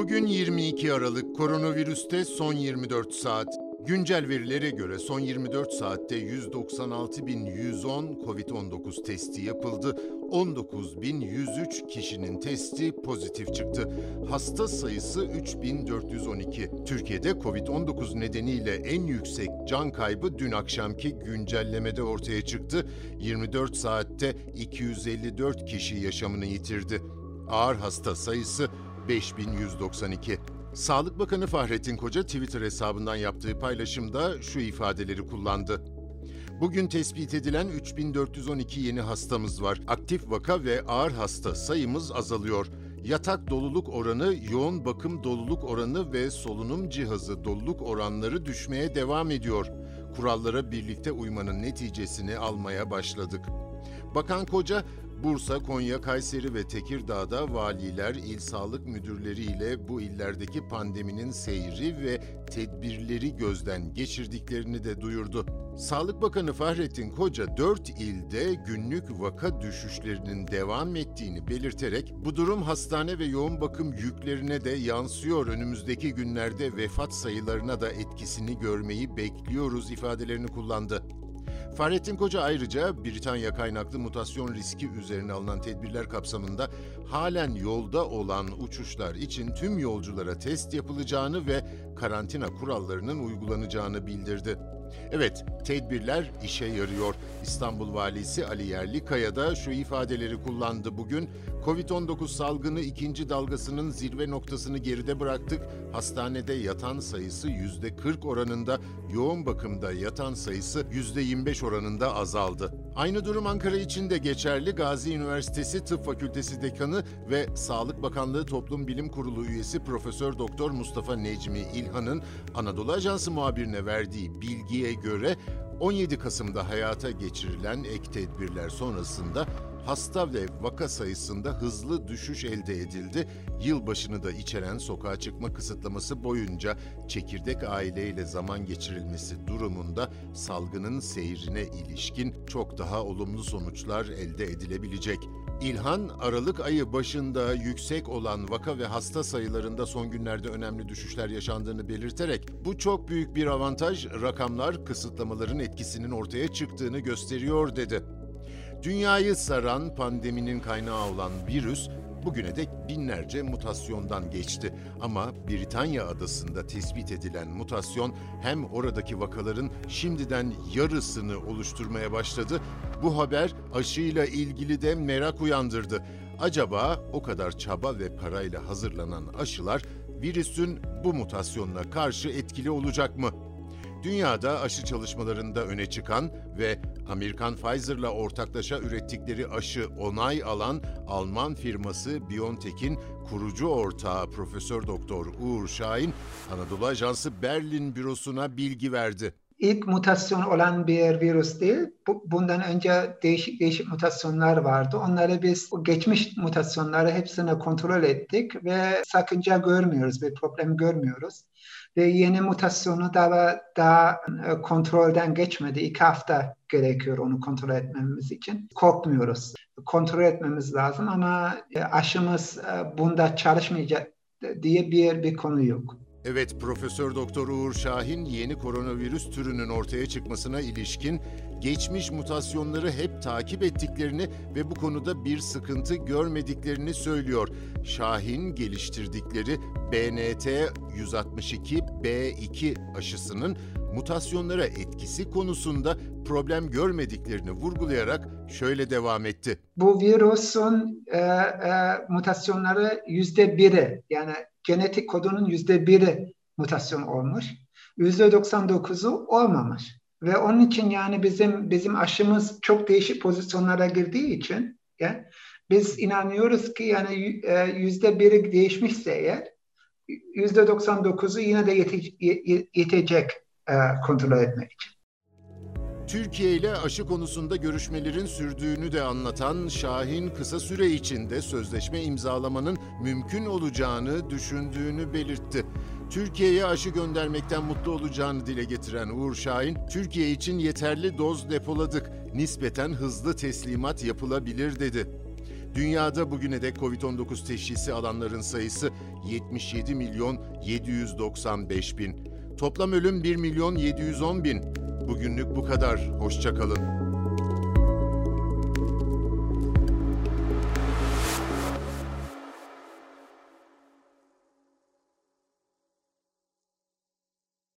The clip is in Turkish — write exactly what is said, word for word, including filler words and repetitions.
Bugün yirmi iki Aralık, koronavirüste son yirmi dört saat. Güncel verilere göre son yirmi dört saatte yüz doksan altı bin yüz on kovid on dokuz testi yapıldı. on dokuz bin yüz üç kişinin testi pozitif çıktı. Hasta sayısı üç bin dört yüz on iki. Türkiye'de kovid on dokuz nedeniyle en yüksek can kaybı dün akşamki güncellemede ortaya çıktı. yirmi dört saatte iki yüz elli dört kişi yaşamını yitirdi. Ağır hasta sayısı beş bin yüz doksan iki. Sağlık Bakanı Fahrettin Koca Twitter hesabından yaptığı paylaşımda şu ifadeleri kullandı. Bugün tespit edilen üç bin dört yüz on iki yeni hastamız var. Aktif vaka ve ağır hasta sayımız azalıyor. Yatak doluluk oranı, yoğun bakım doluluk oranı ve solunum cihazı doluluk oranları düşmeye devam ediyor. Kurallara birlikte uymanın neticesini almaya başladık. Bakan Koca, Bursa, Konya, Kayseri ve Tekirdağ'da valiler, il sağlık müdürleriyle bu illerdeki pandeminin seyri ve tedbirleri gözden geçirdiklerini de duyurdu. Sağlık Bakanı Fahrettin Koca, dört ilde günlük vaka düşüşlerinin devam ettiğini belirterek, bu durum hastane ve yoğun bakım yüklerine de yansıyor. Önümüzdeki günlerde vefat sayılarına da etkisini görmeyi bekliyoruz ifadelerini kullandı. Fahrettin Koca ayrıca Britanya kaynaklı mutasyon riski üzerine alınan tedbirler kapsamında halen yolda olan uçuşlar için tüm yolculara test yapılacağını ve karantina kurallarının uygulanacağını bildirdi. Evet, tedbirler işe yarıyor. İstanbul Valisi Ali Yerlikaya da şu ifadeleri kullandı bugün. kovid on dokuz salgını ikinci dalgasının zirve noktasını geride bıraktık. Hastanede yatan sayısı yüzde kırk oranında, yoğun bakımda yatan sayısı yüzde yirmi beş oranında azaldı. Aynı durum Ankara için de geçerli. Gazi Üniversitesi Tıp Fakültesi Dekanı ve Sağlık Bakanlığı Toplum Bilim Kurulu üyesi Profesör Doktor Mustafa Necmi İlhan'ın Anadolu Ajansı muhabirine verdiği bilgiye göre on yedi Kasım'da hayata geçirilen ek tedbirler sonrasında hasta ve vaka sayısında hızlı düşüş elde edildi. Yılbaşını da içeren sokağa çıkma kısıtlaması boyunca çekirdek aileyle zaman geçirilmesi durumunda salgının seyrine ilişkin çok daha olumlu sonuçlar elde edilebilecek. İlhan, Aralık ayı başında yüksek olan vaka ve hasta sayılarında son günlerde önemli düşüşler yaşandığını belirterek, bu çok büyük bir avantaj, rakamlar kısıtlamaların etkisinin ortaya çıktığını gösteriyor dedi. Dünyayı saran pandeminin kaynağı olan virüs, bugüne dek binlerce mutasyondan geçti. Ama Britanya adasında tespit edilen mutasyon hem oradaki vakaların şimdiden yarısını oluşturmaya başladı. Bu haber aşıyla ilgili de merak uyandırdı. Acaba o kadar çaba ve parayla hazırlanan aşılar virüsün bu mutasyonuna karşı etkili olacak mı? Dünyada aşı çalışmalarında öne çıkan ve Amerikan Pfizer'la ortaklaşa ürettikleri aşı onay alan Alman firması BioNTech'in kurucu ortağı Profesör Doktor Uğur Şahin, Anadolu Ajansı Berlin bürosuna bilgi verdi. İlk mutasyon olan bir virüs değil, bundan önce değişik değişik mutasyonlar vardı. Onları biz geçmiş mutasyonları hepsini kontrol ettik ve sakınca görmüyoruz, bir problem görmüyoruz. Ve yeni mutasyonu daha, daha kontrolden geçmedi. İki hafta gerekiyor onu kontrol etmemiz için. Korkmuyoruz. Kontrol etmemiz lazım ama aşımız bunda çalışmayacak diye bir, bir konu yok. Evet, Profesör Doktor Uğur Şahin yeni koronavirüs türünün ortaya çıkmasına ilişkin geçmiş mutasyonları hep takip ettiklerini ve bu konuda bir sıkıntı görmediklerini söylüyor. Şahin geliştirdikleri B N T yüz altmış iki B iki aşısının mutasyonlara etkisi konusunda problem görmediklerini vurgulayarak şöyle devam etti. Bu virüsün e, e, mutasyonları yüzde biri, yani genetik kodunun yüzde biri mutasyon olmuş. Yüzde doksan dokuzu olmamış. Ve onun için yani bizim bizim aşımız çok değişik pozisyonlara girdiği için yani biz inanıyoruz ki yani yüzde biri değişmişse eğer yüzde doksan dokuzu yine de yete, yetecek e, kontrol etmek için. Türkiye ile aşı konusunda görüşmelerin sürdüğünü de anlatan Şahin, kısa süre içinde sözleşme imzalamanın mümkün olacağını düşündüğünü belirtti. Türkiye'ye aşı göndermekten mutlu olacağını dile getiren Uğur Şahin, Türkiye için yeterli doz depoladık, nispeten hızlı teslimat yapılabilir dedi. Dünyada bugüne dek kovid on dokuz teşhisi alanların sayısı yetmiş yedi milyon yedi yüz doksan beş bin. Toplam ölüm bir milyon yedi yüz on bin. Bugünlük bu kadar. Hoşça kalın.